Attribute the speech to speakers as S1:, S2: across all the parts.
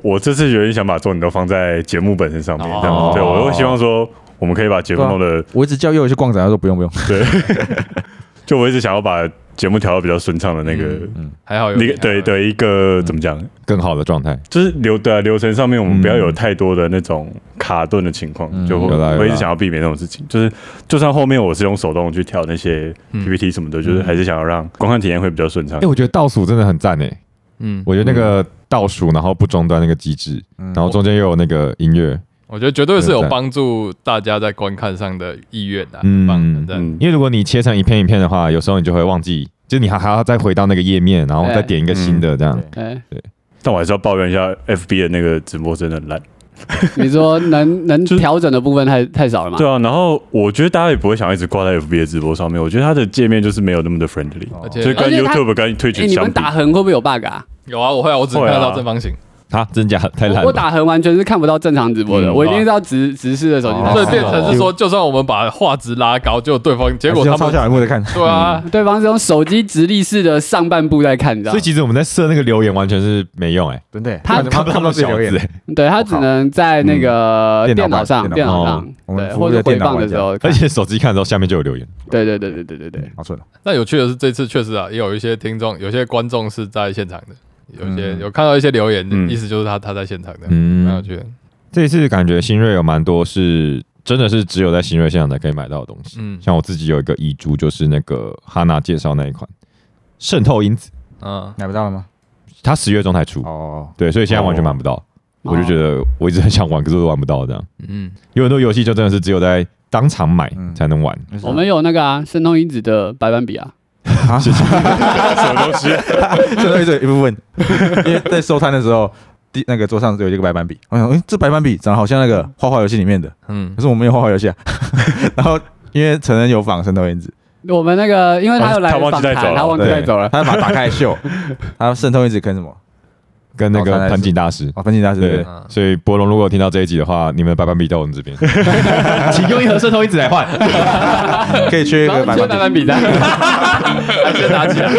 S1: 我这次有点想把重点都放在节目本身上面，这样对我会希望说我们可以把节目弄得，
S2: 我一直叫佑去逛展，他说不用，对，
S1: 就我一直想要把节目调到比较顺畅的那个，
S3: 还好有
S1: 对一个怎么讲
S4: 更好的状态，
S1: 就是流程上面我们不要有太多的那种卡顿的情况，就我一直想要避免那种事情，就是就算后面我是用手动去调那些 PPT 什么的，就是还是想要让观看体验会比较顺畅。
S4: 我觉得倒数真的很赞我觉得那个倒数然后不中断那个机制，然后中间又有那个音乐。
S3: 我觉得绝对是有帮助大家在观看上的意愿的，
S4: 因为如果你切成一片一片的话，有时候你就会忘记，就是你还要再回到那个页面，然后再点一个新的这样。
S2: 对，
S1: 但我还是要抱怨一下 FB 的那个直播真的很烂。
S2: 你说能调整的部分太少了嘛？
S1: 对啊，然后我觉得大家也不会想要一直挂在 FB 的直播上面，我觉得它的界面就是没有那么的 friendly，所以跟 YouTube 跟 Twitch 相比，
S2: 你们打横会不会有 bug 啊？
S3: 有啊，我会啊，我只看得到正方形。
S4: 真假太烂了。
S2: 我打横完全是看不到正常直播的，我一定是要直视的手机。
S3: 所以变成是说，就算我们把画质拉高，就对方结果他们
S2: 超小屏幕在看。对啊，对方是用手机直立式的上半部在看，你知道吗？
S4: 所以其实我们在设那个留言完全是没用真的，
S2: 他
S4: 看不到留言。
S2: 对，他只能在那个电脑上，对，或者回放的时候，
S4: 而且手机看的时候下面就有留言。
S2: 对，好
S4: 顺。
S3: 但有趣的是，这次确实啊，也有一些听众、有些观众是在现场的。有看到一些留言，意思就是他在现场的，蛮有趣的。
S4: 这一次感觉新锐有蛮多是真的是只有在新锐现场才可以买到的东西。像我自己有一个遗珠，就是那个哈娜介绍那一款渗透因子，
S2: 买不到了吗？
S4: 它10月中才出对，所以现在完全买不到。我就觉得我一直很想玩，可是我都玩不到这样。有很多游戏就真的是只有在当场买才能玩。
S2: 我们有那个渗透因子的白板笔啊。
S1: 什么东西？
S5: 渗透因子一部分，因为在收摊的时候，那个桌上有一个白板笔，我想，这白板笔长得好像那个画画游戏里面的，可是我们没有画画游戏啊。然后因为陈恩有仿渗透因子，
S2: 我们那个因为他有来访谈，他忘记带走了，
S5: 他把它打开秀，他渗透因子跟什么？
S4: 跟那个喷井大师
S5: 喷井大师对，
S4: 所以博龙如果有听到这一集的话，你们的白板笔在我们这边，请用一盒渗透因子来换，
S5: 可以缺一个白板笔
S2: 的，还先拿起来。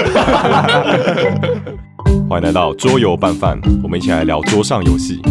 S6: 欢迎来到桌游拌饭，我们一起来聊桌上游戏。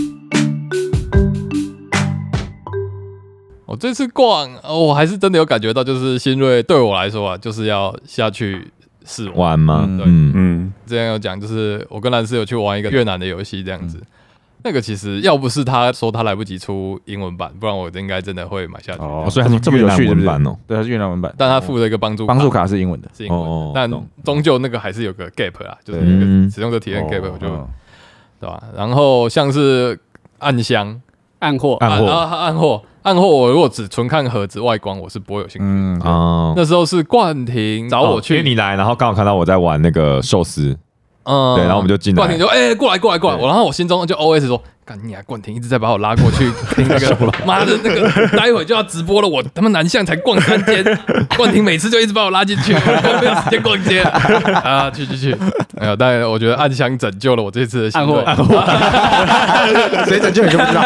S3: 我这次逛，我还是真的有感觉到，就是新锐对我来说啊，就是要下去试
S4: 玩吗？
S3: 之前有讲，就是我跟蓝斯有去玩一个越南的游戏，这样子。那个其实要不是他说他来不及出英文版，不然我应该真的会买下去。
S4: 所以它是这么有趣的版哦。
S5: 对，它是越南文版，
S3: 但他附了一个帮助
S5: 卡是英文的，
S3: 是英文的。但终究那个还是有个 gap 啦，就是一个使用者体验 gap，我就对吧？然后像是暗箱、
S2: 暗货，
S3: 我如果只纯看盒子外观，我是不会有兴趣。那时候是冠廷找我去，
S4: 因为你来，然后刚好看到我在玩那个寿司，对，然后我们就进来。
S3: 冠廷就过来，然后我心中就 OS 说：干你啊！冠廷一直在把我拉过去听那个，妈的那个，待会就要直播了，我他妈南向才逛3间，冠廷每次就一直把我拉进去，我没有时间逛街啊！去，没有，但我觉得暗箱拯救了我这次的行为。
S5: 暗货，谁拯救你就不知道。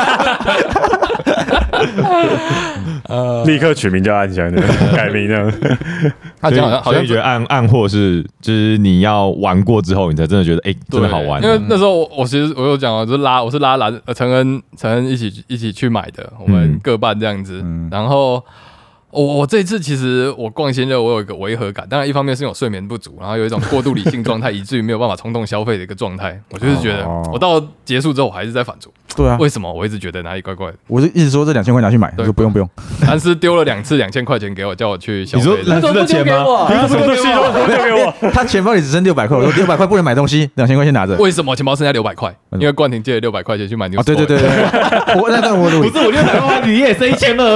S1: 立刻取名叫暗箱的，改名这样。
S4: 他讲好像觉得暗货是，就是你要玩过之后，你才真的觉得真的好玩。
S3: 因为那时候我其实我有讲了，就是我是拉陈恩一起去买的，我们各半这样子。然后我这一次其实我逛新锐，我有一个违和感。当然，一方面是因为我睡眠不足，然后有一种过度理性状态，以至于没有办法冲动消费的一个状态。我就是觉得，我到结束之后，我还是在反刍。
S5: 对啊，
S3: 为什么我一直觉得哪里怪怪的？
S5: 我就一直说这2000块拿去买，我说不用。
S3: 蓝斯丢了2次2000块钱给我，叫我去消费。
S4: 你说蓝斯的钱吗？
S1: 你什么东西都给我？
S5: 他钱包里只剩600块，我说600块不能买东西，2000块先拿着。
S3: 为什么钱包剩下600块？因为冠廷借了600块钱去买牛。
S5: 对，我
S4: 不是我600块，你也剩1200而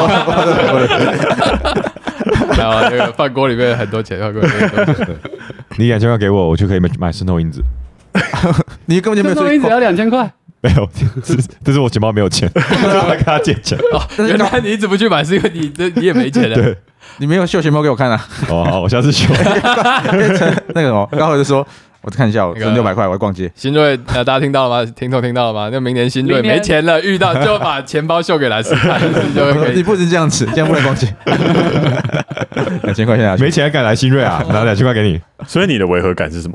S3: 已。然后那个饭锅里面很多钱，
S4: 你2000块给我，我就可以买渗透因子。
S5: 你根本就没有
S2: 渗透因子要2000块。
S4: 没有，这是我钱包没有钱，我来跟他借钱。
S3: 原来你一直不去买，是因为你也没钱了。
S4: 对，
S5: 你没有秀钱包给我看啊？
S4: 好，我下次秀。
S5: 那个刚好就说，我看一下，我剩600块，我要逛街。
S3: 新锐，大家听到了吗？听众听到了吗？那明年新锐没钱了，遇到就把钱包秀给蓝斯看，
S5: 你不能这样子，这样不能逛街。2000块钱拿去，
S4: 没钱还敢来新锐啊？拿2000块给你。
S1: 所以你的违和感是什么？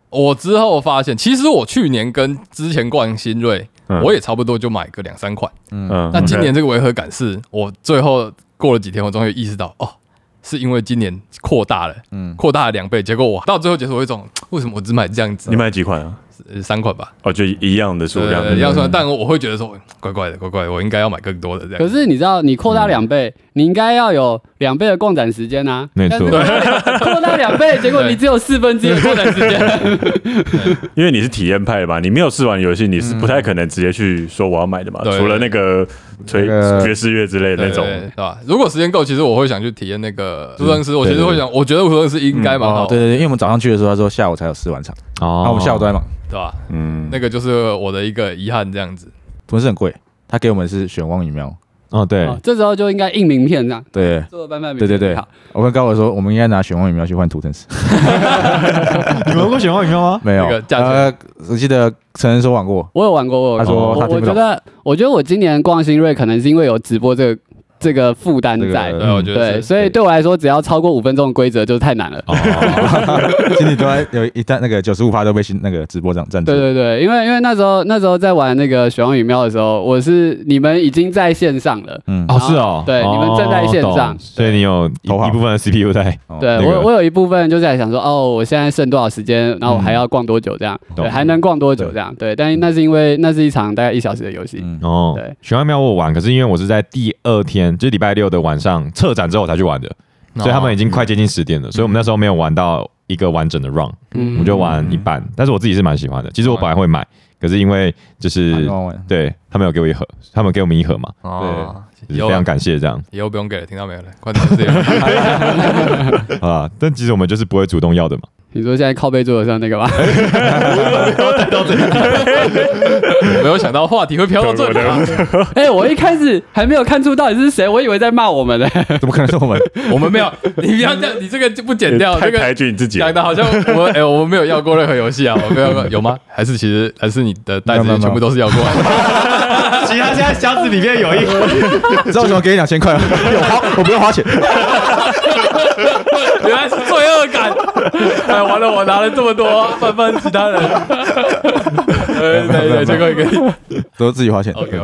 S3: 我之后发现，其实我去年跟之前逛新锐，我也差不多就买个2-3款。但今年这个违和感是我最后过了几天，我终于意识到，是因为今年扩大了2倍，结果我到最后结束有一种，为什么我只买这样子？
S1: 你买几款啊
S3: ？3款吧。
S1: 就一样的数量，
S3: 一样数量，但我会觉得说，怪怪的，我应该要买更多的这样。
S2: 可是你知道，你扩大2倍，你应该要有2倍的逛展时间啊。
S4: 没错，
S2: 扩大2倍，结果你只有1/4的逛展时间。
S1: 因为你是体验派的嘛，你没有试完游戏，你是不太可能直接去说我要买的嘛。除了那个爵士乐之类的那种，
S3: 对吧？如果时间够，其实我会想去体验那个无声师。我其实会想，我觉得无声师应该蛮好。
S5: 对，因为我们早上去的时候，他说下午才有试完场，那我们下午都在忙。
S3: 对吧？那个就是我的一个遗憾，这样子。
S5: 不是很贵，他给我们是选汪影喵。
S4: 对，
S2: 这时候就应该印名片这样。
S5: 对，
S2: 做班名片。
S5: 对。我跟高伟说，我们应该拿选汪影喵去换图腾石。
S4: 你们玩过选汪影喵吗？
S5: 没有。我记得陈恩说玩过，
S2: 我有玩过。
S5: 他说他听不懂。
S2: 我觉得我今年逛新锐，可能是因为有直播这个负担在，对，所以对我来说，只要超过5分钟的规则就太难了。
S5: 心里都在有一旦那个95%都被那个直播占住。
S2: 对，因为那时候在玩那个雪王与喵的时候，你们已经在线上了。
S4: 是哦，
S2: 对，你们正在线上，
S4: 所以你有一部分的 CPU 在。
S2: 对，我有一部分就在想说，我现在剩多少时间，然后我还要逛多久这样，对，还能逛多久这样，对，但是那是因为那是一场大概1小时的游戏。
S4: 对，雪王与喵我玩，可是因为我是在第2天。就是礼拜6的晚上撤展之后才去玩的，所以他们已经快接近10点了，所以我们那时候没有玩到一个完整的 run，我们就玩一半。但是我自己是蛮喜欢的，其实我本来会买，可是因为就是对他们有给我一盒，他们给我们1盒嘛，对，非常感谢这样。
S3: 以后不用给了，听到没有了？快点自己
S4: 好啦，但其实我们就是不会主动要的嘛。
S2: 你说现在靠背桌子上那个吗？
S3: 没有想到话题会飘到这里。
S2: 我一开始还没有看出到底是谁，我以为在骂我们呢。
S5: 怎么可能是我们？
S3: 我们没有，你不要这样，你这个就不剪掉。这个
S1: 抬举你自己，
S3: 讲的好像我们没有要过任何游戏啊，我没有有吗？还是你的袋子全部都是要过来的？
S4: 其他现在箱子里面有一盒，
S5: 你知道为什么给你2000块吗？我不用花钱。
S3: 原来是罪恶感。完了，我拿了这么多，翻其他人。对，这个可以，
S5: 都自己花钱。
S3: OK。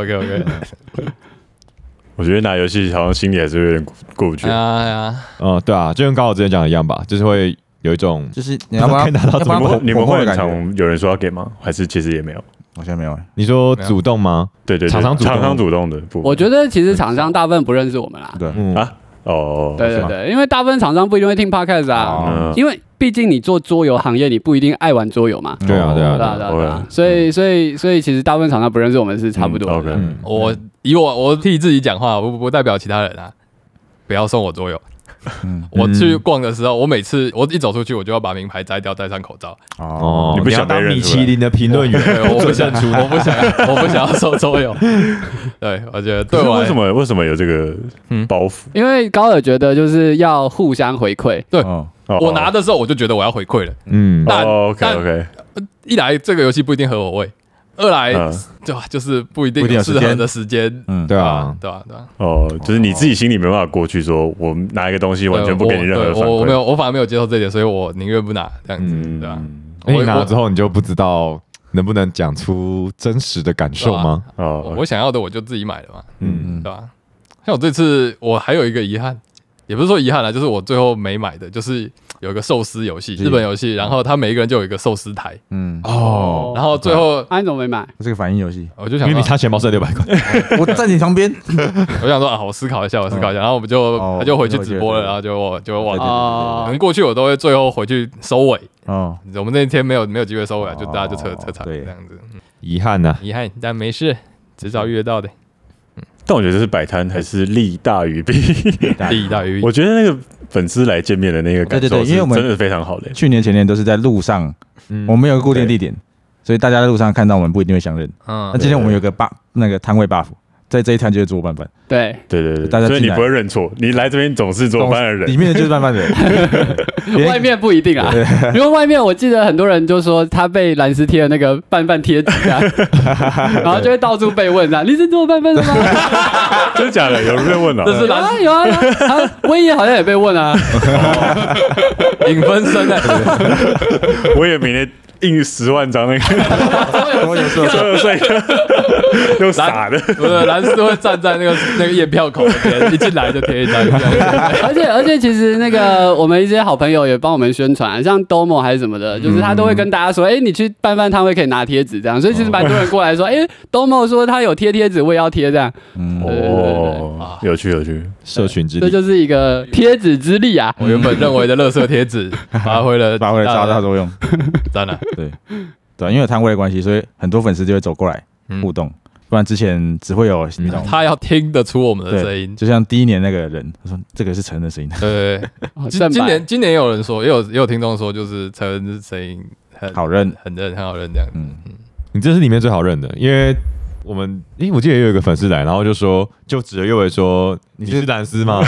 S1: 我觉得拿游戏好像心里还是有点过不去。
S3: 对
S4: 啊，就跟高老之前讲的一样吧，就是会有一种，
S5: 就是你要可以拿到怎么
S1: 你们会很常有人说要给吗？还是其实也没有？
S5: 好像没有。你
S4: 说主动吗？
S1: 对，
S4: 厂商
S1: 主动的部分。
S2: 我觉得其实厂商大部分不认识我们啦。
S5: 对
S2: 对，因为大部分厂商不一定会听 podcast 啊，因为毕竟你做桌游行业，你不一定爱玩桌游嘛。
S4: 对啊，
S2: 所以其实大部分厂商不认识我们是差不多的。
S3: 我替自己讲话，我不代表其他人啊，不要送我桌游。我去逛的时候，我每次我一走出去，我就要把名牌摘掉，戴上口罩。
S4: 你不想当米其林的评论员？
S3: 我不想要收桌游。对，我觉得对我
S1: 为什么有这个包袱？
S2: 因为高尔觉得就是要互相回馈。
S3: 对，我拿的时候我就觉得我要回馈了。但
S1: OK，
S3: 一来这个游戏不一定合我胃。2来就是不一定有适合的时间，
S4: 对啊，
S1: 就是你自己心里没办法过去，说我拿一个东西完全不给你任何反馈，
S3: 我反而没有接受这一点，所以我宁愿不拿这样子，对吧？
S4: 你拿了之后，你就不知道能不能讲出真实的感受吗？
S3: 我想要的我就自己买了嘛，对吧？像我这次我还有一个遗憾，也不是说遗憾啦，就是我最后没买的，就是有一个寿司游戏，日本游戏，然后他每一个人就有一个寿司台，然后最后
S2: 安总没买，
S5: 这个反应游戏，
S3: 我就想，
S4: 因为你差钱包剩600块，
S5: 我在你旁边，
S3: 我想说我思考一下，然后他就回去直播了，然后就忘了，可能过去我都会最后回去收尾，我们那天没有机会收尾，就大家就撤场这样子，
S4: 遗憾呐，
S3: 遗憾，但没事，迟早遇得到的。
S1: 但我觉得是摆摊还是利大于弊，
S3: 利大于弊。
S1: 我觉得那个粉丝来见面的那个感受，因为我们真的非常好的。
S5: 去年前年都是在路上，我们有个固定地点，所以大家在路上看到我们不一定会相认。那今天我们有个那个摊位 buff， 在这一摊就是做拌饭。
S2: 对，
S1: 所以你不会认错，你来这边总是做饭的人，
S5: 里面的就是拌饭的人，
S2: 外面不一定啊。因为外面我记得很多人就说他被蓝斯贴了那个拌饭贴纸啊，然后就会到处被问啊，你是做拌饭的吗？
S1: 真的假的？有人被问啊？
S2: 有啊，威爷好像也被问啊，
S3: 影分身啊。
S1: 我也明天印10万张那个所有税用撒的，
S3: 不是蓝斯会站在那个验票口那边，一进来就贴一张。
S2: 而且其实那个我们一些好朋友也帮我们宣传，像 Domo 还是什么的，就是他都会跟大家说，你去拌饭摊位可以拿贴纸这样，所以其实蛮多人过来说，Domo 说他有贴纸，我也要贴这样。
S1: 有趣，
S4: 社群之力，
S2: 这就是一个贴纸之力啊！
S3: 我原本认为的垃圾贴纸发挥了
S5: 超大作用，
S3: 当然
S5: 对，因为有摊位的关系，所以很多粉丝就会走过来互动，不然之前只会有那种
S3: 他要听得出我们的声音，
S5: 就像第一年那个人，他说这个是陈恩的声音，
S3: 对，今年也有人说，也有听众说，就是陈恩的声音
S5: 好认，
S3: 很好认这样。
S4: 你这是里面最好认的，因为我们我记得也有一个粉丝来，然后就说，就指着右伟说：“你是蓝斯吗？”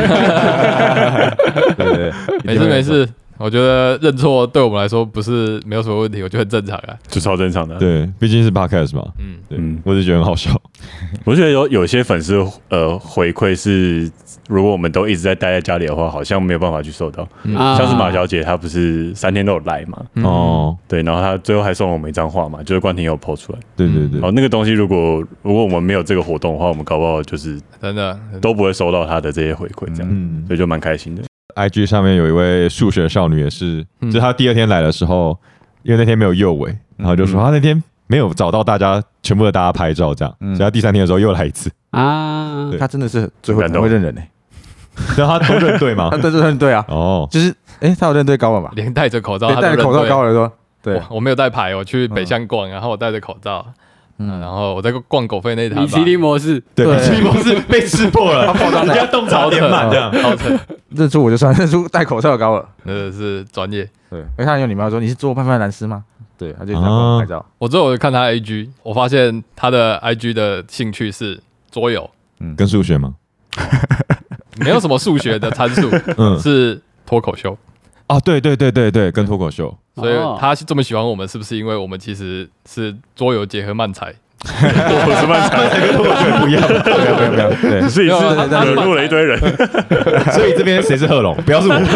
S4: 对，
S3: 没事。我觉得认错对我们来说不是没有什么问题，我觉得很正常啊，
S1: 就超正常的。
S4: 对，毕竟是 podcast 嘛。对，我只觉得很好笑。
S1: 我觉得有些粉丝回馈是，如果我们都一直在待在家里的话，好像没有办法去收到。像是马小姐，她不是3天都有来嘛？对，然后她最后还送了我们一张画嘛，就是冠廷有 po 出来。
S4: 对。
S1: 然后那个东西，如果我们没有这个活动的话，我们搞不好就是
S3: 真的
S1: 都不会收到她的这些回馈，这样，所以就蛮开心的。
S4: IG 上面有一位数学少女也是，就是她第2天来的时候，因为那天没有右尾，然后就说她那天没有找到大家全部的大家拍照这样，所以她第3天的时候又来一次
S2: 啊。
S5: 她真的是最会认人
S4: 然后她都认对吗？
S5: 她都认对啊。就是她有认对高了吧？
S3: 连戴着口罩，
S5: 戴着口罩高了说，对，
S3: 我没有带牌，我去北向逛，然后我戴着口罩。然后我在逛狗吠那一台，
S2: 米其林模式，
S4: 对，米其林模式被识破了，人家洞察点满这样，
S5: 认出我就算认出戴口罩高了，
S3: 真的是专业。
S5: 对，因为他很有礼貌说你是做拌饭蓝斯吗？对，他就这样拍照。
S3: 我之后看他 IG， 我发现他的 IG 的兴趣是桌游，
S4: 跟数学吗？
S3: 没有什么数学的参数，是脱口秀。
S4: 对，跟脱口秀，
S3: 所以他这么喜欢我们，是不是因为我们其实是桌游结合漫才？
S1: 我是漫才，
S4: 跟脱口秀不一样，
S5: 没有，对，
S1: 所以是惹怒了一堆人，
S4: 所以这边谁是贺龙？不要是我，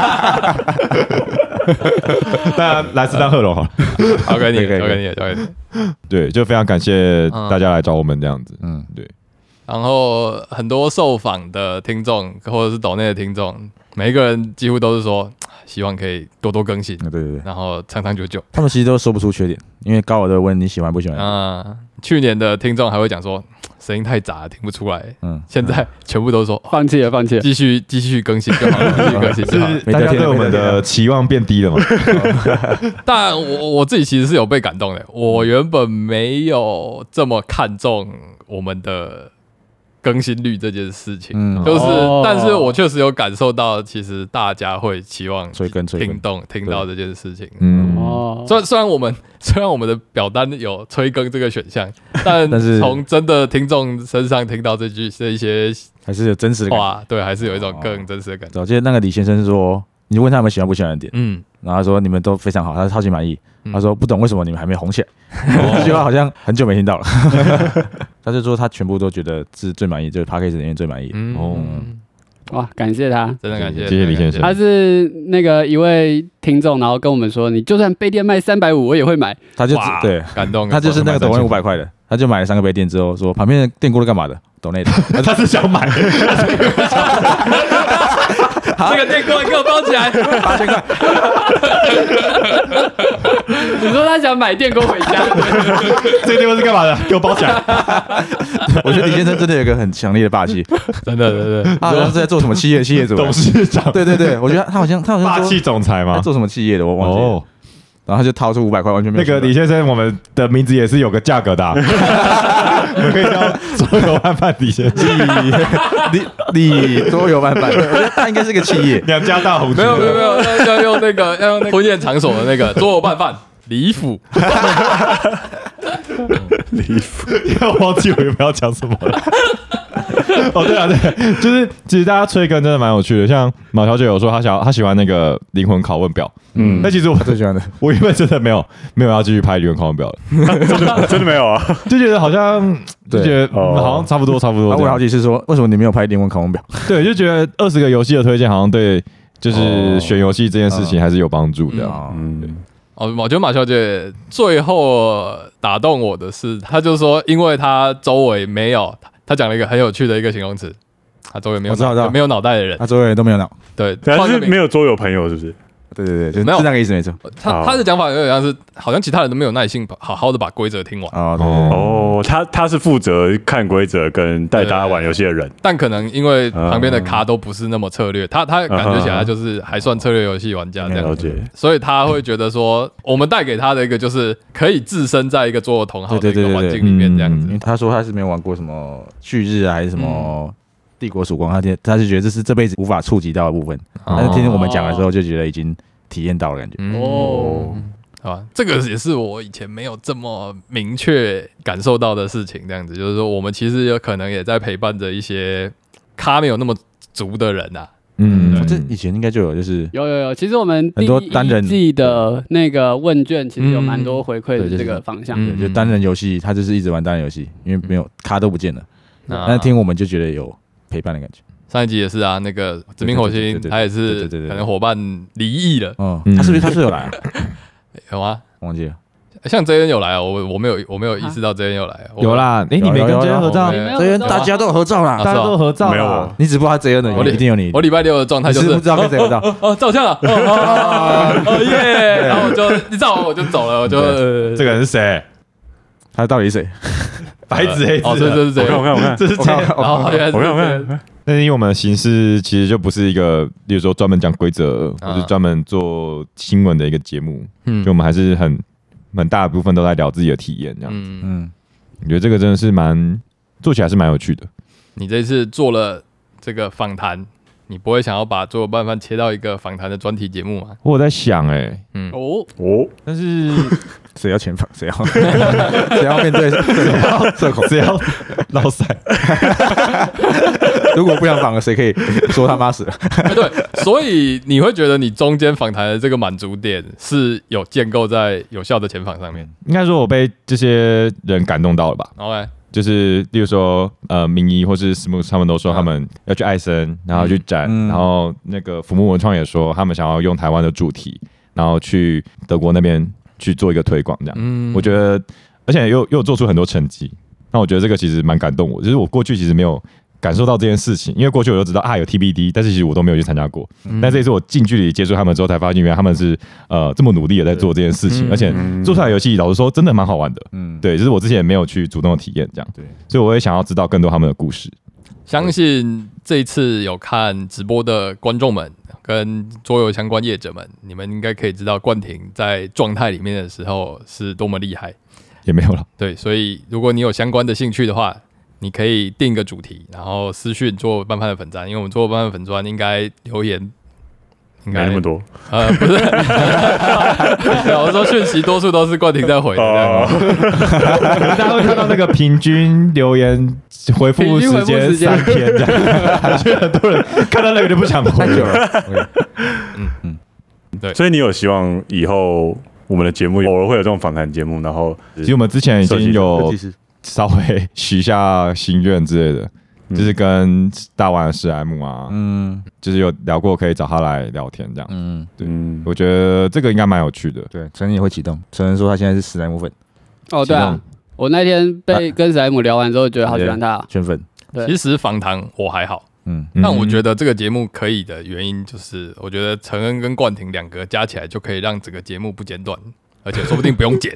S4: 大家蓝斯当贺龙好了，
S3: 交给你。
S4: 对，就非常感谢大家来找我们这样子，对。
S3: 然后很多受访的听众或者是抖内的听众，每一个人几乎都是说，希望可以多多更新，
S5: 对，
S3: 然后长长久久。
S5: 他们其实都说不出缺点，因为高尔都问你喜欢不喜欢。
S3: 去年的听众还会讲说声音太杂，听不出来。现在全部都说
S2: 放弃了，继
S3: 续更新就好了，继续更新就好了。
S4: 大家对我们的期望变低了嘛？
S3: 但我自己其实是有被感动的，我原本没有这么看重我们的更新率这件事情，但是我确实有感受到，其实大家会期望听到这件事情。虽然我们的表单有催更这个选项，但是从真的听众身上听到这一些，
S5: 还是有真实的感
S3: 觉。对，还是有一种更真实的感觉。
S5: 我记得那个李先生说，你问他们喜欢不喜欢的点，然后他说你们都非常好，他超级满意。他说不懂为什么你们还没红起来，这句话好像很久没听到了。他就说他全部都觉得是最满意，就是 Podcast 里面最满意。
S2: 哇，感谢他，
S3: 真的感谢，
S4: 谢谢李先生。
S2: 他是那个一位听众，然后跟我们说，你就算杯垫卖350，我也会买。
S5: 他就对
S3: 感动，
S5: 他就是那个抖内500块的，他就买了3个杯垫之后说，旁边的电锅是干嘛的？抖内的，
S4: 他是想买。
S3: 这个电锅给我包起来，8000块。
S2: 你说他想买电锅回家，
S4: 这个电锅是干嘛的？给我包起来。
S5: 我觉得李先生真的有一个很强烈的霸气，
S3: 真的，
S5: 他好像是在做什么企业主
S4: 董事长。
S5: 对，我觉得他好像
S4: 霸气总裁吗？
S5: 做什么企业的我忘记了。然后他就掏出500块，完全没有。
S4: 那个李先生，我们的名字也是有个价格的，我们可以叫桌游拌饭李先生。
S5: 李桌游拌饭，他应该是个企业。
S4: 两家大红。
S3: 没有，要用那个婚宴场所的那个桌游拌饭李府。
S1: 李府，
S4: 要忘记我原本要讲什么了。对，就是其实大家催更真的蛮有趣的，像马小姐有说她喜欢那个灵魂拷问表，但其实我
S5: 最喜欢的，
S4: 我原本真的没有要继续拍灵魂拷问表
S1: 了，真的没有啊，
S4: 就觉得好像好像差不多。他
S5: 问好几次说，为什么你没有拍灵魂拷问表？
S4: 对，就觉得20个游戏的推荐好像对，就是选游戏这件事情还是有帮助的。
S3: 我觉得马小姐最后打动我的是，她就说，因为她周围没有，她讲了一个很有趣的一个形容词，她周围没有脑袋的人，
S5: 她周围都没有脑，
S3: 对，
S1: 但是没有桌游朋友，是不是？
S5: 对，就是那个意思，没错。
S3: 他的讲法有点像是，好像其他人都没有耐心好好的把规则听完。
S1: 他是负责看规则跟带大家玩游戏的人，
S3: 但可能因为旁边的咖都不是那么策略，他感觉起来就是还算策略游戏玩家这样子，所以他会觉得说，我们带给他的一个就是可以置身在一个桌游同好的一个环境里面这样子。
S5: 他说他是没有玩过什么旭日啊，还是什么。帝国曙光，他是觉得这是这辈子无法触及到的部分，但是听听我们讲的时候，就觉得已经体验到了感觉。
S3: 好吧，这个也是我以前没有这么明确感受到的事情。这样子，就是说我们其实有可能也在陪伴着一些咖没有那么足的人啊。
S5: 这以前应该就有，就是
S2: 有。其实我们第一季的那个问卷，其实有蛮多回馈的这个方向。
S5: 就单人游戏，他就是一直玩单人游戏，因为没有咖都不见了。但是听我们就觉得有陪伴的感觉。
S3: 上一集也是啊，那个殖民火星，他也是可能伙伴离异了。
S5: 他是不是有来啊？
S3: 有啊，
S5: 忘记了。
S3: 像 JN 有来啊，我没有意识到 JN 有来。
S4: 有啦，你没跟 JN 合照
S5: ？JN 大家都有合照啦，
S4: 大家都合照。
S1: 没有，
S5: 你只不知道他 JN 的，一定有你。
S3: 我礼拜六的状态就是
S5: 不知道跟谁合照。
S3: 照相了。耶！然后我就一照完我就走了，我就
S4: 这个人是谁？
S5: 他到底是谁？
S4: 白纸黑字。
S3: 这是谁？
S1: 我看，
S3: 这是谁？我
S1: 看。
S4: 但是因为我们的形式其实就不是一个，例如说专门讲规则，或是专门做新闻的一个节目，就我们还是很大部分都在聊自己的体验这样子。我觉得这个真的是做起来是蛮有趣的。
S3: 你这次做了这个访谈，你不会想要把做拌饭切到一个访谈的专题节目吗？
S4: 我在想但是
S5: 谁要前访，谁要面对社恐，
S4: 谁要落赛。
S5: 如果不想访了，谁可以说他妈死了？
S3: 对，所以你会觉得你中间访谈的这个满足点是有建构在有效的前访上面。
S4: 应该说我被这些人感动到了吧
S3: ？OK，
S4: 就是例如说明一或是 Smooth 他们都说他们要去艾森，然后去展，然后那个浮木文创也说他们想要用台湾的主题，然后去德国那边去做一个推广这样。我觉得，而且又做出很多成绩，那我觉得这个其实蛮感动我。就是我过去其实没有感受到这件事情，因为过去我就知道有 TBD， 但是其实我都没有去参加过。但这一次我近距离接触他们之后，才发现原来他们是这么努力的在做这件事情，而且做出来的游戏老实说真的蛮好玩的。对，就是我之前也没有去主动的体验这样。对，所以我也想要知道更多他们的故事。
S3: 相信这一次有看直播的观众们跟桌游相关业者们，你们应该可以知道冠廷在状态里面的时候是多么厉害。
S4: 也没有了。
S3: 对，所以如果你有相关的兴趣的话，你可以定一个主题，然后私讯做拌饭的粉专，因为我们做拌饭粉专应该留言
S1: 没那么多。
S3: 不是，我说讯息多数都是冠廷在回的。
S4: 大家会看到那个平均留言回复时间3天这样，所以很多人看到那个就不想回了。
S3: 对，
S1: 所以你有希望以后我们的节目偶尔会有这种访谈节目，然后
S4: 其实我们之前已经有稍微许下心愿之类的，就是跟大湾的史莱姆啊，就是有聊过可以找他来聊天这样。对，我觉得这个应该蛮有趣的。
S5: 对，陈恩也会启动。陈恩说他现在是史莱姆粉。
S2: 对啊，我那天跟史莱姆聊完之后，觉得好喜欢他，
S5: 圈粉。
S3: 其实访谈我还好，但我觉得这个节目可以的原因就是，我觉得陈恩跟冠廷两个加起来就可以让整个节目不间断。而且说不定不用剪，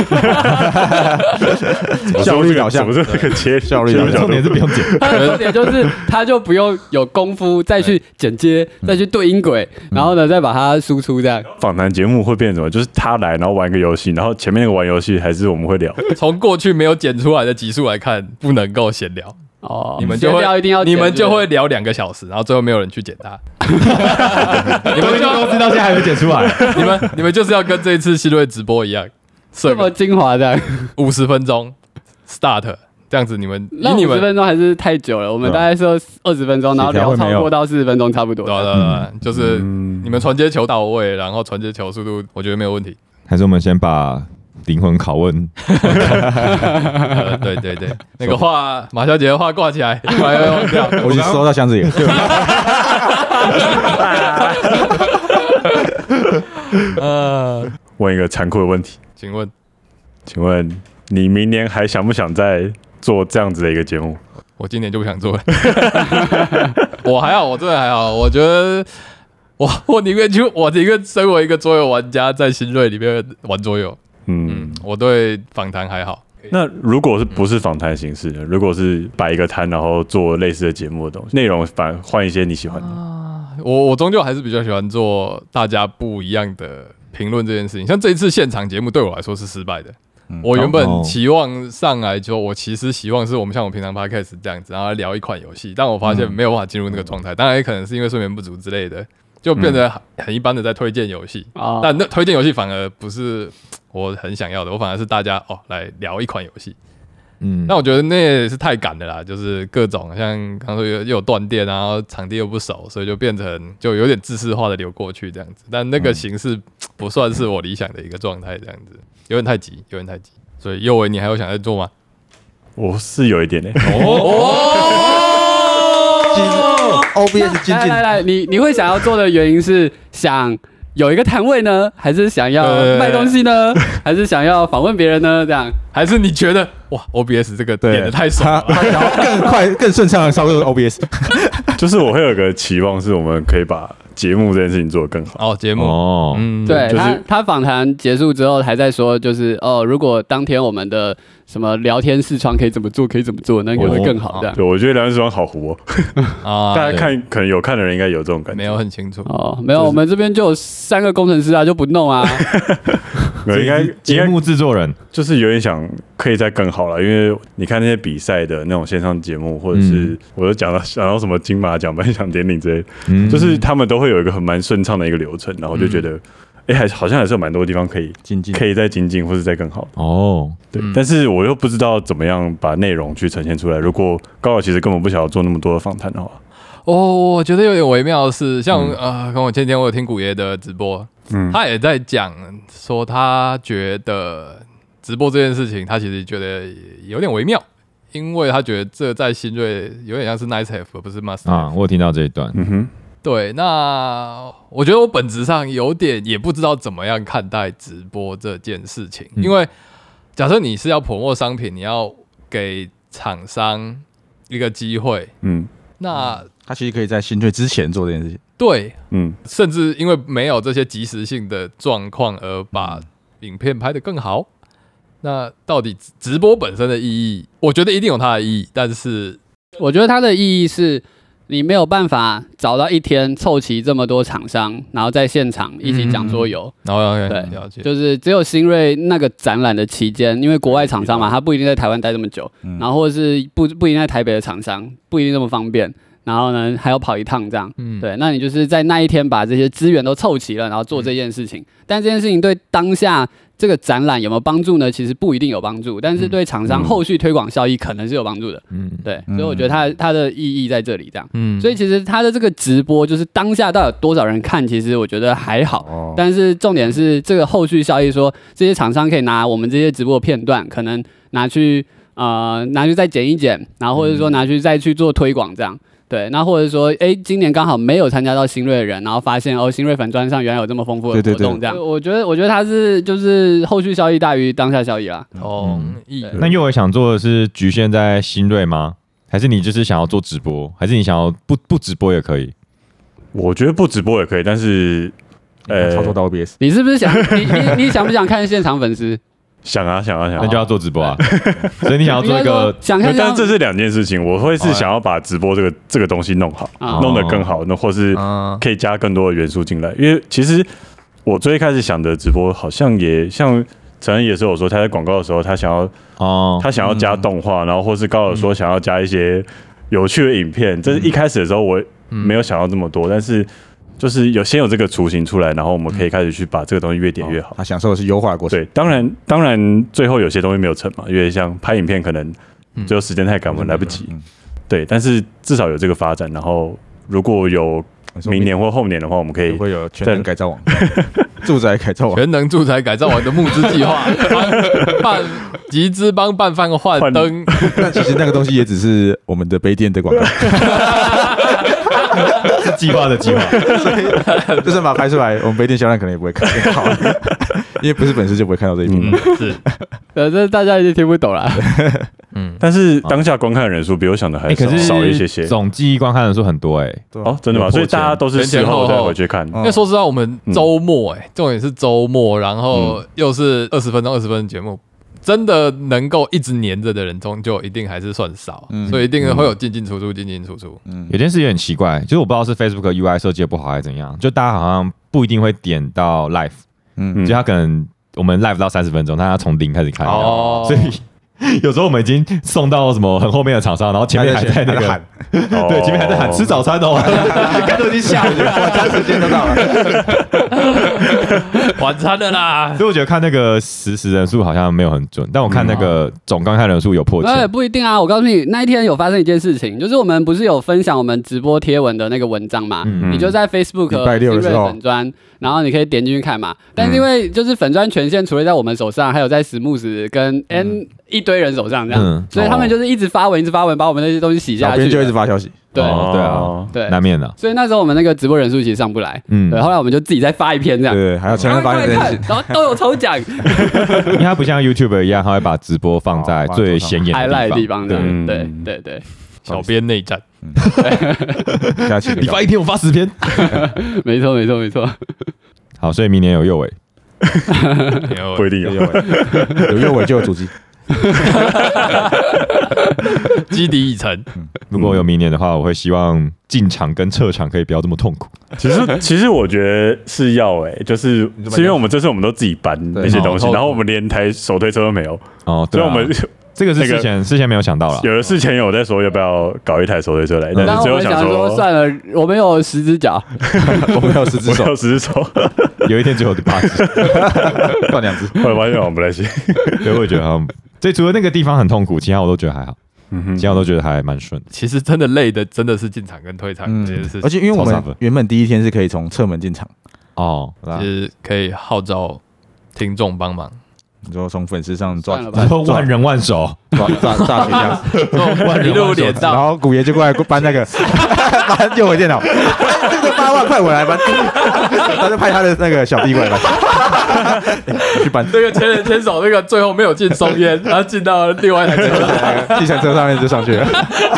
S5: 效率导向，
S1: 不是这个切效率，
S4: 重点是不用剪。
S2: 重点就是他就不用有功夫再去剪接，再去对音轨，然后呢再把它输出这样。
S1: 访谈节目会变成什么？就是他来，然后玩一个游戏，然后前面那个玩游戏还是我们会聊。
S3: 从过去没有剪出来的集数来看，不能够闲聊。你们就会聊2个小时，然后最后没有人去剪它。
S4: 你们就知道现在还没剪出来。
S3: 你们就是要跟这一次新锐直播一样，
S2: 这么精华的
S3: 50分钟 start 这样子，你们
S2: 50分钟还是太久了，我们大概说20分钟，然后聊超过到40分钟差不多。
S3: 对，就是你们传接球到位，然后传接球速度，我觉得没有问题。
S4: 还是我们先把灵魂拷问，
S3: 对，那个画马小姐的画挂起来，忘掉，
S5: 我已经收到箱子里了。
S1: 问一个残酷的问题，
S3: 请
S1: 问你明年还想不想再做这样子的一个节目？
S3: 我今年就不想做了。我还好，我真的还好。我觉得我宁愿身为一个桌游玩家，在新锐里面玩桌游。我对访谈还好。
S1: 那如果不是访谈形式的，如果是摆一个摊，然后做类似的节目的东西，内容反而换一些你喜欢的。
S3: 我终究还是比较喜欢做大家不一样的评论这件事情。像这一次现场节目对我来说是失败的。我原本期望上来就，我其实希望是我们像我平常 podcast 这样子，然后聊一款游戏，但我发现没有办法进入那个状态。当然也可能是因为睡眠不足之类的，就变得很一般的在推荐游戏。但那推荐游戏反而不是我很想要的，我反而是大家来聊一款游戏。但我觉得那也是太赶的啦，就是各种像刚刚说又有断电，然后场地又不熟，所以就变成就有点制式化的流过去这样子。但那个形式不算是我理想的一个状态，这样子有点太急。所以佑维，你还有想再做吗？
S1: 我是有一点
S5: OBS 精进。
S2: 来，你会想要做的原因是想有一个摊位呢，还是想要卖东西呢，还是想要访问别人呢？这样，
S3: 还是你觉得哇 OBS 这个点的太爽了，
S5: 他想要更快、更顺畅的操作 OBS？
S1: 就是我会有个期望，是我们可以把节目这件事情做得更好。
S3: 节目
S2: 对，
S1: 就是
S2: 他访谈结束之后还在说，就是如果当天我们的什么聊天视窗可以怎么做，那个会更好这样。
S1: 对，我觉得聊天视窗好糊大家看可能有看的人应该有这种感觉，
S3: 没有很清楚
S2: 没有，我们这边就有3个工程师啊，就不弄啊。
S1: 应该
S4: 节目制作人
S1: 就是有点想可以再更好了，因为你看那些比赛的那种线上节目，或者是我就想到什么金马奖颁奖典礼之类的，就是他们都会有一个蛮顺畅的一个流程，然后就觉得好像还是有蛮多地方可以再精进，或是再更好。对，但是我又不知道怎么样把内容去呈现出来。如果高老其实根本不想要做那么多的访谈的话，
S3: 我觉得有点微妙的是，像跟我前天我有听古爷的直播，他也在讲说他觉得直播这件事情，他其实觉得有点微妙，因为他觉得这在新锐有点像是 nice have 而不是 must have。
S4: 我有听到这一段。
S3: 对，那我觉得我本质上有点也不知道怎么样看待直播这件事情，因为假设你是要promote商品，你要给厂商一个机会，那
S5: 他其实可以在新锐之前做这件事情。
S3: 对，甚至因为没有这些即时性的状况而把影片拍得更好。那到底直播本身的意义，我觉得一定有它的意义，但是
S2: 我觉得它的意义是，你没有办法找到一天凑齐这么多厂商，然后在现场一起讲桌游。
S3: 对，了解。
S2: 就是只有新锐那个展览的期间，因为国外厂商嘛，他不一定在台湾待这么久，然后或者是不一定在台北的厂商，不一定这么方便。然后呢，还要跑一趟这样，对，那你就是在那一天把这些资源都凑齐了，然后做这件事情。但这件事情对当下这个展览有没有帮助呢？其实不一定有帮助，但是对厂商后续推广效益可能是有帮助的。对，所以我觉得它的意义在这里，这样。所以其实它的这个直播，就是当下到底有多少人看，其实我觉得还好。但是重点是这个后续效益，说这些厂商可以拿我们这些直播的片段，可能拿去再剪一剪，然后或者说拿去再去做推广这样。对，那或者说，今年刚好没有参加到新锐的人，然后发现新锐粉专上原来有这么丰富的活动，这样，我觉得它是就是后续效益大于当下效益啦。
S4: 那佑伟想做的是局限在新锐吗？还是你就是想要做直播？还是你想要不直播也可以？
S1: 我觉得不直播也可以，但是
S5: 操作到 OBS，
S2: 你是不是想你想不想看现场粉丝？
S1: 想啊，
S4: 那就要做直播啊。所以你想要做一个
S2: 想看，
S1: 但这是2件事情。我会是想要把直播这个东西弄好，弄得更好，那或是可以加更多的元素进来。因为其实我最开始想的直播，好像也像陈恩也是有说，他在广告的时候，他想要加动画，然后或是高尔说想要加一些有趣的影片。这是一开始的时候我没有想到这么多，但是。就是先有这个雏形出来，然后我们可以开始去把这个东西越点越好。
S5: 他享受的是优化的过程。
S1: 对，当然最后有些东西没有成嘛，因为像拍影片可能最后时间太赶，我们来不及。对，但是至少有这个发展，然后如果有明年或后年的话，我们可以
S5: 会有全能改造网、住宅改造网、
S3: 全能住宅改造网的募资计划，集资帮拌饭换灯。
S5: 但其实那个东西也只是我们的杯垫的广告。
S4: 是计划的计划，
S5: 所以就算把它拍出来，我们杯垫销量可能也不会看好，因为不是粉丝就不会看到这一篇。
S3: 是，
S2: 这大家已经听不懂了。
S1: 但是当下观看的人数比我想的还少一些，
S4: 总计观看人数很多
S1: 哦，真的吗？所以大家都是事后再回去看。
S3: 因为说实话，我们周末重点是周末，然后又是20分钟节目。真的能够一直黏着的人，终究一定还是算少，所以一定会有进进出出。
S4: 有件事有点奇怪，就是我不知道是 Facebook UI 设计的不好还是怎样，就大家好像不一定会点到 Live，就他可能我们 Live 到30分钟，但他从0开始看，所以有时候我们已经送到什么很后面的厂商，然后前面还在那个喊，对，前面还在喊吃早餐哦，刚都已经下午了，晚餐时间都到了，
S3: 晚餐了啦。
S4: 所以我觉得看那个实时人数好像没有很准，但我看那个总观看人数有破千，
S2: 不一定啊。我告诉你，那一天有发生一件事情，就是我们不是有分享我们直播贴文的那个文章嘛？你就在 Facebook 新锐粉专，然后你可以点进去看嘛。但是因为就是粉专权限除了在我们手上，还有在Smooth跟 N 一堆人手上这样，所以他们就是一直发文，把我们那些东西洗下去，
S5: 就一直发消息。
S2: 对
S4: 对，难免的。
S2: 所以那时候我们那个直播人数其实上不来，对，后来我们就自己再发一篇这样，
S5: 对，还要前面发一篇，
S2: 然后都有抽奖，
S4: 因为它不像 YouTube 一样，它会把直播放在最显眼的
S2: 地方，对，
S3: 小编内战，
S4: 你发1篇，我发10篇，
S2: 没错。
S4: 好，所以明年有右尾，
S1: 不一定有
S5: 右尾就有主机。
S3: 基底已成。
S4: 如果有明年的话，我会希望进场跟撤场可以不要这么痛苦。
S1: 其实我觉得是要就是因为我们这次我们都自己搬那些东西，然后我们连台手推车都没有
S4: 哦，
S1: 所以我们
S4: 这个是事前没有想到了。
S1: 有的事前有在说要不要搞一台手推车来，但是最后想说
S2: 算了，我们有10只脚，
S5: 我们有10只手，
S1: 我有10只手，
S4: 有一天只有8只，
S5: 断2只，
S1: 后来发现我不太行。
S4: 对，我也觉得好像，所以除了那个地方很痛苦，其他我都觉得还好。其他我都觉得还蛮顺。
S3: 其实真的累的真的是进场跟退场这件事情，
S5: 而且因为我们原本第一天是可以从侧门进场，
S3: 其实可以号召听众帮忙。
S5: 你说从粉丝上抓
S4: 万人万手
S5: 炸学这
S3: 样，一路连到，
S5: 然后古爷就过来搬那个搬右回电脑，这个8万块我来搬，他就派他的那个小弟过来搬，去搬
S3: 那个前人牵手那个最后没有进松烟，然后进到另外一台车，
S5: 计程车上面就上去了。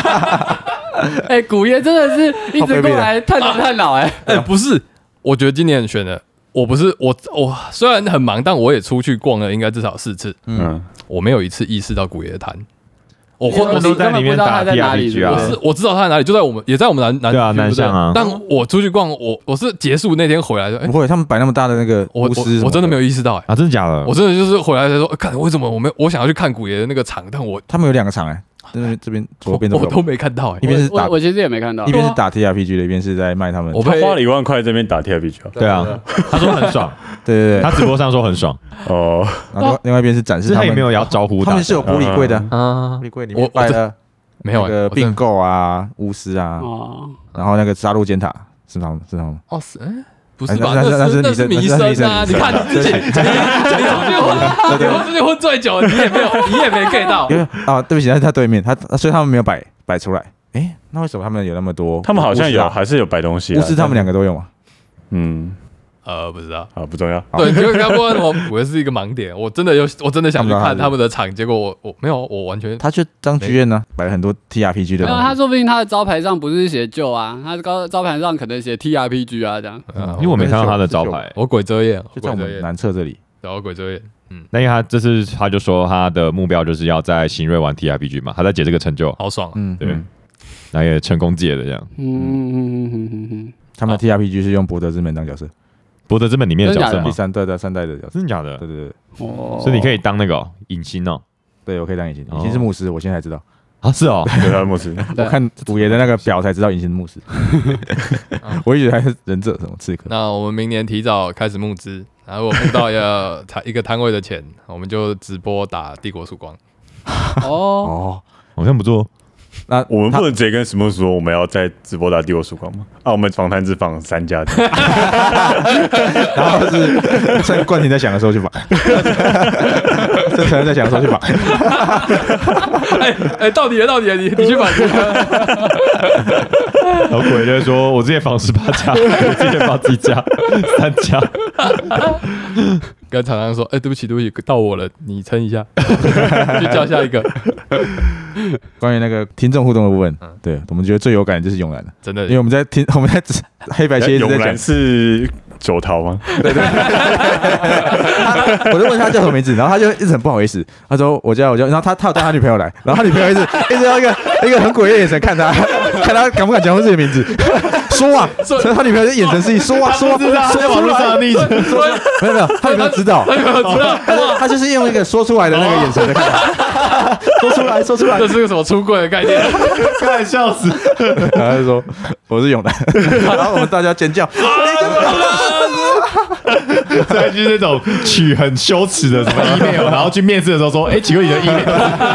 S2: 古爷真的是一直过来探脑
S3: 不是，我觉得今年很悬的。我虽然很忙，但我也出去逛了，应该至少4次。我没有一次意识到古爷的摊，
S4: 我都在里面打 TRPG 啊。
S3: 我知道他在哪里，就在我们
S4: 南向啊。
S3: 但我出去逛，我是结束那天回来的。
S5: 不会，他们摆那么大的那个
S3: 我真的没有意识到
S4: 啊，真的假的？
S3: 我真的就是回来才说，看为什么我想要去看古爷的那个场，但
S5: 他们有2个场这边左边
S3: 我都没看到
S2: 一边是打，我其实也没看到，
S5: 一边是打 TRPG 的，一边是在卖他们。
S1: 他花了1万块这边打 TRPG，
S4: 对啊，他说很爽，
S5: 对，
S4: 他直播上说很爽
S5: 哦。然后另外一边是展示，
S4: 他也没有要招呼，
S5: 他们是有玻璃柜的玻璃柜里面摆了
S3: 没有
S5: 那个并购啊、巫师啊，然后那个杀戮尖塔是他们
S3: 哦是。不是吧？那是迷生啊！你看你自己，你出去混最久，你也没 get 到。
S5: 对不起，那是他对面，所以他们没有摆出来。那为什么他们有那么多？
S1: 他们好像有，还是有摆东西。
S5: 巫师他们2个都有吗？
S3: 不知道
S1: 不重要。
S3: 对，因为刚刚什么，我是一个盲点，我真的想去看他们的场，结果我没有，我完全
S5: 他去当剧院呢，摆了很多 TRPG 的。
S2: 他说不定他的招牌上不是写旧啊，他的招牌上可能写 TRPG 啊这样。
S4: 因为我没看到他的招牌，
S3: 我鬼遮眼，
S5: 就在我们南侧这里。
S3: 然后鬼遮眼，
S4: 那因为他就说他的目标就是要在新锐玩 TRPG 嘛，他在解这个成就，
S3: 好爽，
S4: 对，然后也成功解了这样。
S5: 他们的 TRPG 是用博德之门当角色。
S4: 博德之门里面的角色吗？
S5: 第3代的角色，
S4: 真的假的？
S5: 对。
S4: 所以你可以当那个隐形哦。
S5: 对，我可以当隐形。隐形是牧师，我现在才知道。
S4: 啊，是哦，
S1: 对，他是牧师。
S5: 我看古爷的那个表才知道隐形是牧师。我一直还是忍者什么刺客。
S3: 那我们明年提早开始募资，然后我募到一个摊位的钱，我们就直播打帝国曙光。
S2: 哦，
S4: 好像不错。
S1: 那我们不能直接跟 Smooth 说我们要在直播打帝国曙光吗？我们访谈只访3家，
S5: 然后是趁冠廷在想的时候去访，趁陈在想的时候去访。
S3: 到底了，你去访。
S4: 然后鬼就会说：“我之前房18家，我之前房自己家3家。”
S3: 跟厂商说：“对不起，到我了，你撑一下，去叫下一个。”
S5: 关于那个听众互动的部分，对我们觉得最有感的就是永兰了，
S3: 真的，
S5: 因为我们在黑白切一直在讲
S1: 是九桃吗？
S5: 对，我就问他叫什么名字，然后他就一直很不好意思，他说我叫，然后他有带他女朋友来，然后他女朋友一直用一个很诡异的眼神看他敢不敢讲出自己的名字，说啊，他女朋友就眼神示意说啊，说出来，没有，他女朋友知道，他就是用一个说出来的那个眼神在看他，说出来，
S3: 这是个什么出柜的概念？
S4: 快笑死！
S5: 然后他就说我是永南，然后我们大家尖叫。
S4: 再就是那种取很羞耻的什么 email， 然后去面试的时候说：“请问你的 email？”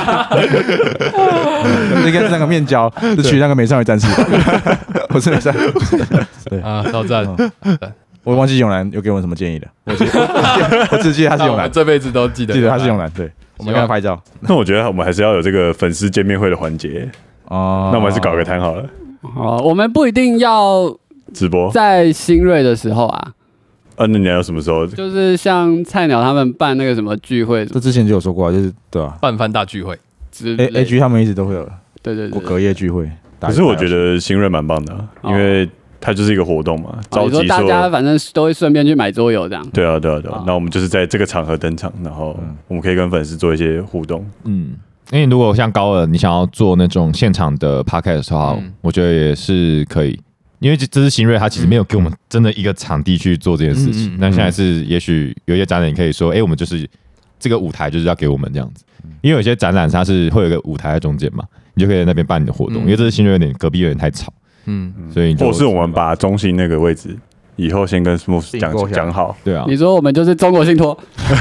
S5: 应该是那个面交，是取那个美少女战士，不是美少女。对
S3: 啊，超赞！
S5: 我忘记永兰有给我们什么建议了，我只记得他是永兰，
S3: 这辈子都记得
S5: 他是永兰。对，我们跟他拍照。
S1: 那我觉得我们还是要有这个粉丝见面会的环节哦。那我们还是搞个摊好了。
S2: 哦，我们不一定要
S1: 直播，
S2: 在新锐的时候啊。
S1: 那你还有什么时候？
S2: 就是像菜鸟他们办那个什么聚会，
S5: 这之前就有说过，就是对啊，
S3: 办番大聚会
S5: ，AG 他们一直都会有，
S2: 对，
S5: 隔夜聚会。
S1: 可是我觉得新锐蛮棒的，因为它就是一个活动嘛，召集
S2: 大家反正都会顺便去买桌游这样。
S1: 对啊。那我们就是在这个场合登场，然后我们可以跟粉丝做一些互动。
S4: 因为如果像高尔你想要做那种现场的 podcast 的话，我觉得也是可以。因为这是新锐，他其实没有给我们真的一个场地去做这件事情。那现在是，也许有一些展览，你可以说，我们就是这个舞台就是要给我们这样子。因为有些展览它是会有一个舞台在中间嘛，你就可以在那边办你的活动。因为这是新锐隔壁有点太吵，所以
S1: 或是我们把中心那个位置以后先跟 Smooth 讲好。
S4: 对啊，
S2: 你说我们就是中国信托，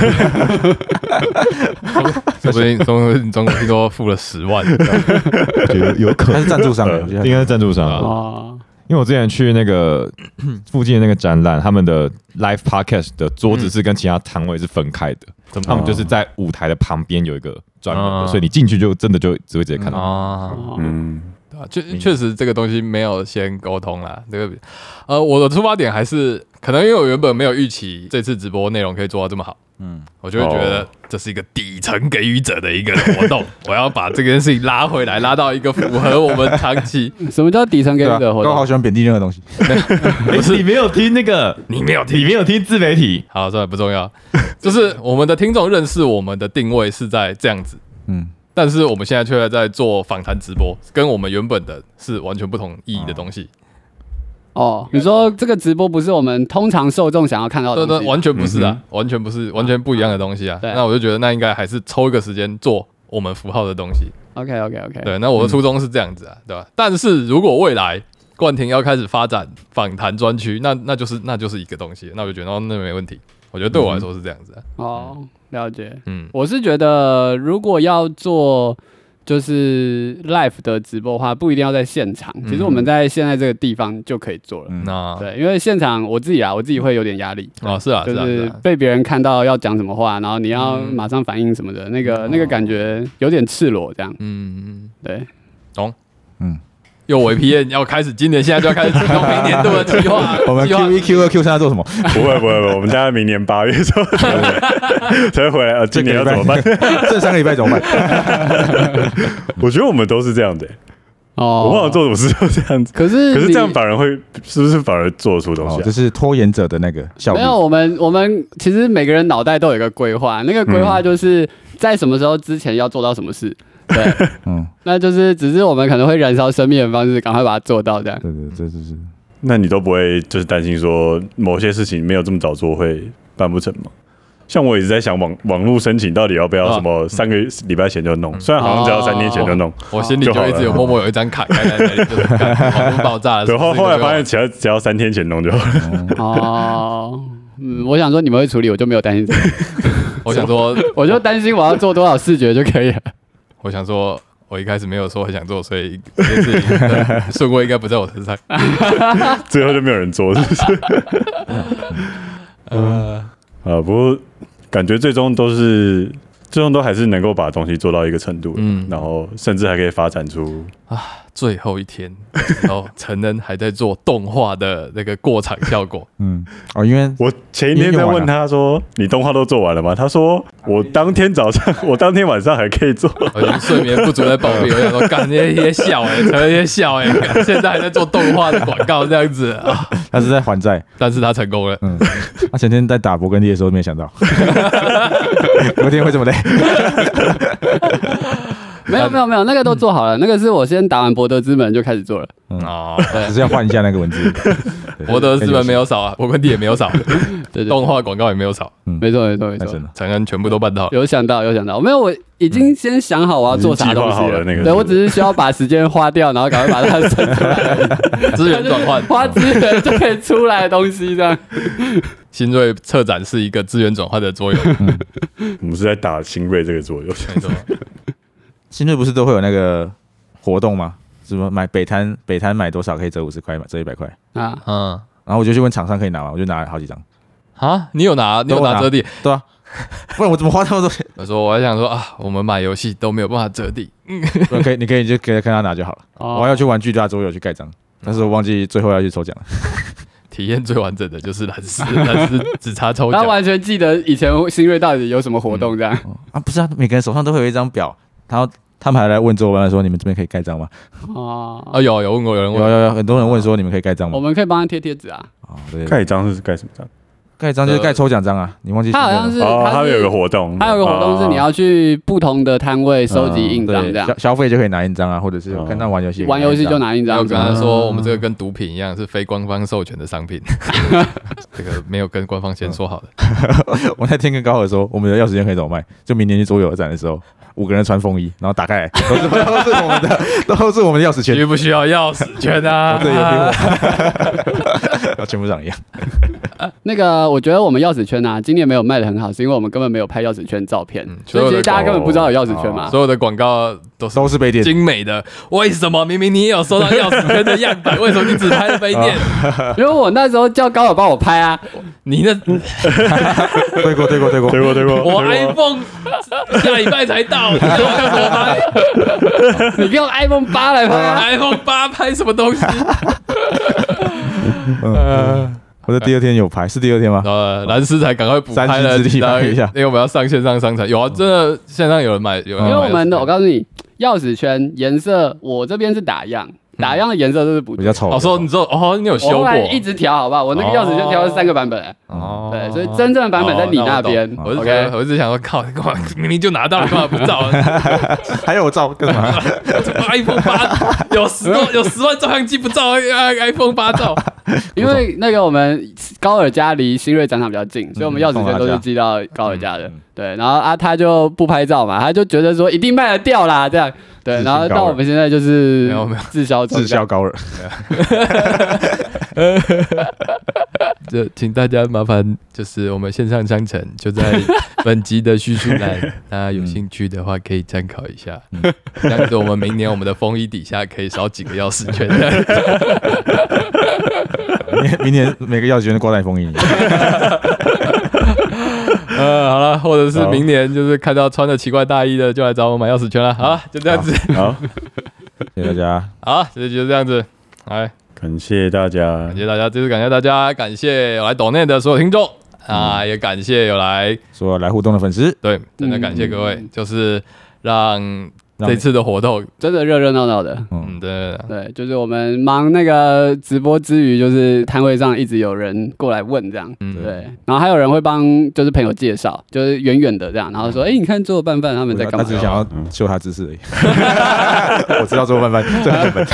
S3: 说不定中国信托付了10万，
S4: 我觉得有可能
S5: 是赞助商，
S4: 应该是赞助商啊。因为我之前去那个附近的那个展览，他们的 live podcast 的桌子是跟其他摊位是分开的，他们就是在舞台的旁边有一个专门的，所以你进去就真的就只会直接看到。
S3: 确实这个东西没有先沟通啦。这个我的出发点还是可能因为我原本没有预期这次直播内容可以做到这么好。我就会觉得这是一个底层给予者的一个活动，我要把这件事情拉回来，拉到一个符合我们长期。
S2: 什么叫底层给予者的活动？
S5: 我好喜欢贬低任何东西。
S4: 不是你没有听那个，你没有听自媒体。
S3: 好，算了，不重要。就是我们的听众认识我们的定位是在这样子，但是我们现在却在做访谈直播，跟我们原本的是完全不同意义的东西。
S2: 你说这个直播不是我们通常受众想要看到的东西？
S3: 对，完全不是啊，完全不是，完全不一样的东西啊。那我就觉得那应该还是抽一个时间做我们符号的东西。
S2: OK。
S3: 对，那我的初衷是这样子啊，对吧？但是如果未来冠廷要开始发展访谈专区，那就是一个东西，那我就觉得那没问题。我觉得对我来说是这样子啊。
S2: 了解。我是觉得如果要做就是 live 的直播的话，不一定要在现场，其实我们在现在这个地方就可以做了。对，因为现场我自己会有点压力。
S3: 是啊，
S2: 就是被别人看到要讲什么话，然后你要马上反应什么的，那个感觉有点赤裸这样。对，
S3: 懂。又委批要开始，今年现在就要开始启动明年度的计划。
S5: 我们 Q1、Q2、Q3要做什么？
S1: 不会，我们大概明年8月之后才会回来。今年要怎么办？
S5: 这3个礼拜怎么办？
S1: 我觉得我们都是这样的。我忘了做什么事都这样子。可是这样反而是不是反而做出东西？
S5: 这是拖延者的那个效果。
S2: 没有，我们其实每个人脑袋都有一个规划，那个规划就是在什么时候之前要做到什么事。对，那就是只是我们可能会燃烧生命的方式，赶快把它做到这样。
S5: 对，这就是。
S1: 那你都不会就是担心说某些事情没有这么早做会办不成吗？像我一直在想网络申请到底要不要什么3个礼拜前就弄，虽然好像只要3天前就弄，
S3: 我心里就一直有默默有一张卡开在那里，就是网络爆炸了。
S1: 对，后来发现只要3天前弄就好
S2: 了。我想说你们会处理，我就没有担心这个。
S3: 我想说，
S2: 我就担心我要做多少视觉就可以了。我
S3: 想说，我一开始没有说很想做，所以这件事情顺位应该不在我身上。
S1: 最后就没有人做，是不是？不过感觉最终都还是能够把东西做到一个程度，然后甚至还可以发展出
S3: 最后一天，然后陈恩还在做动画的那个过场效果。
S5: 因为
S1: 我前一天在问他说：“你动画都做完了吗？”他说：“我当天晚上还可以做。”
S3: 我已经睡眠不足在暴毙，我想说，干那些笑陈恩那些笑现在还在做动画的广告这样子啊。
S5: 他是在还债，
S3: 但是他成功了。
S5: 他前天在打勃艮第的时候没想到，隔天会这么累。
S2: 没有，那个都做好了。那个是我先打完博德之门就开始做了。
S5: 只是要换一下那个文字。
S3: 博德之门没有少啊，勃艮第也没有少，动画广告也没有少。
S2: 没错。
S3: 陈恩全部都办到了。
S2: 有想到，没有，我已经先想好我要做啥东西了。对，我只是需要把时间花掉，然后赶快把它生出来，
S3: 资源转换，
S2: 花资源就可以出来的东西这样。
S3: 新锐策展是一个资源转换的作用。
S1: 我们是在打新锐这个作用。
S5: 新锐不是都会有那个活动吗？什么买北摊买多少可以折50块嘛，折100块啊。然后我就去问厂商可以拿嘛，我就拿了好几张。
S3: 啊，你有拿折抵？
S5: 对啊，不然我怎么花那么多钱？
S3: 我还想说啊，我们买游戏都没有办法折抵。
S5: 你可以就跟他拿就好了。我还要去玩具大桌游去盖章，但是我忘记最后要去抽奖了。
S3: 体验最完整的就是蓝斯只差抽奖。
S2: 他完全记得以前新锐到底有什么活动这样。
S5: 不是啊，每个人手上都会有一张表，然后他们还来问周班说：“你们这边可以盖章吗？”
S3: 有问过，有人问，
S5: 有很多人问说：“你们可以盖章吗？”
S2: 我们可以帮他贴贴纸啊。
S5: 对，
S1: 盖章是盖什么章？
S5: 盖章就是盖抽奖章啊！你忘记？
S2: 他好像是
S1: 他有个活动，
S2: 是你要去不同的摊位收集印章，这样
S5: 消费就可以拿印章啊，或者是跟他玩游戏
S2: 就拿印章。
S3: 我刚才说我们这个跟毒品一样，是非官方授权的商品，这个没有跟官方先说好的。
S5: 我那天跟高尔说，我们的钥匙圈可以怎么卖？就明年去桌游展的时候，5个人穿风衣，然后打开来都是我们的钥匙圈。
S3: 需不需要钥匙圈啊？
S5: 对，有给我，要全部长一样。
S2: 那个，我觉得我们钥匙圈啊，今年没有卖的很好，是因为我们根本没有拍钥匙圈照片，所以其实大家根本不知道有钥匙圈嘛。
S3: 所有的广告都是
S5: 杯垫，
S3: 精美的。为什么明明你也有收到钥匙圈的样板，为什么你只拍了杯垫？
S2: 因为我那时候叫高尔帮我拍啊。
S3: 你那
S5: 对过。
S3: 我 iPhone 下礼拜才到，你叫我怎么拍？
S2: 你用 iPhone 8来拍
S3: ，iPhone 8拍什么东西？
S5: 我在第2天有拍，是第2天吗？
S3: 蓝斯才赶快补拍了
S5: 3G之力拍一下，
S3: 因为我们要上线上商城。有啊，真的线上有人买，因为
S2: 我们的，我告诉你，钥匙圈颜色，我这边是打样的颜色都是
S5: 比较丑。
S3: 你有修过？
S2: 我后来一直调，好不好？我那个钥匙圈调了3个版本。对，所以真正的版本在你那边。
S3: 我一直想说，靠，干嘛明明就拿到了，干嘛不照？
S5: 还有照干嘛
S3: ？iPhone 8有10万照相机不照 ，iPhone 8照。
S2: 因为那个我们高尔家离新锐展场比较近，所以我们钥匙圈都是寄到高尔家的。对，然后他就不拍照嘛，他就觉得说一定卖得掉啦，这样。对，然后到我们现在就是滞销
S5: 高尔。
S3: 就请大家麻烦，就是我们线上商城就在本集的叙述栏，大家有兴趣的话可以参考一下。这样子，我们明年我们的风衣底下可以少几个钥匙圈。
S5: 明年每个钥匙圈都挂在风衣里。
S3: 好了，或者是明年就是看到穿着奇怪大衣的就来找我买钥匙圈了。好，就这样子。
S1: 好，
S5: 谢谢大家。
S3: 好，这就这样子。来，
S1: 感谢大家，
S3: 这次感谢大家，感谢有来抖内的所有听众啊，也感谢有来
S5: 所有来互动的粉丝。
S3: 对，真的感谢各位，就是让这次的活动
S2: 真的热热闹闹的。对，就是我们忙那个直播之余，就是摊位上一直有人过来问这样。对，然后还有人会帮就是朋友介绍，就是远远的这样，然后说，你看桌游拌饭他们在干嘛？
S5: 他只想要秀他姿势而已。我知道桌游拌饭这很本。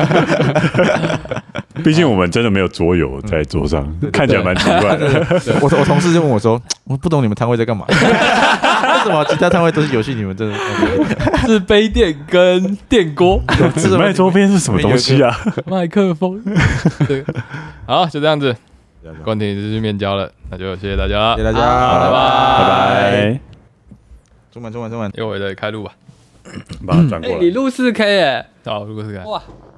S1: 毕竟我们真的没有桌游在桌上，看起来蛮奇怪的。
S5: 我同事就问我说：“我不懂你们摊位在干嘛？为什么其他摊位都是游戏，你们真的
S3: 是杯垫跟电锅？
S1: 只卖周边是什么东西啊？
S3: 麦克风。对，好，就这样子，关婷是去面交了，那就谢谢大家，
S5: 谢谢大家，
S3: 拜
S1: 拜。
S5: 出门，
S3: 一会儿再开录吧，
S1: 把它转过来。
S2: 你录4K
S3: 好，录4K。
S2: 哇。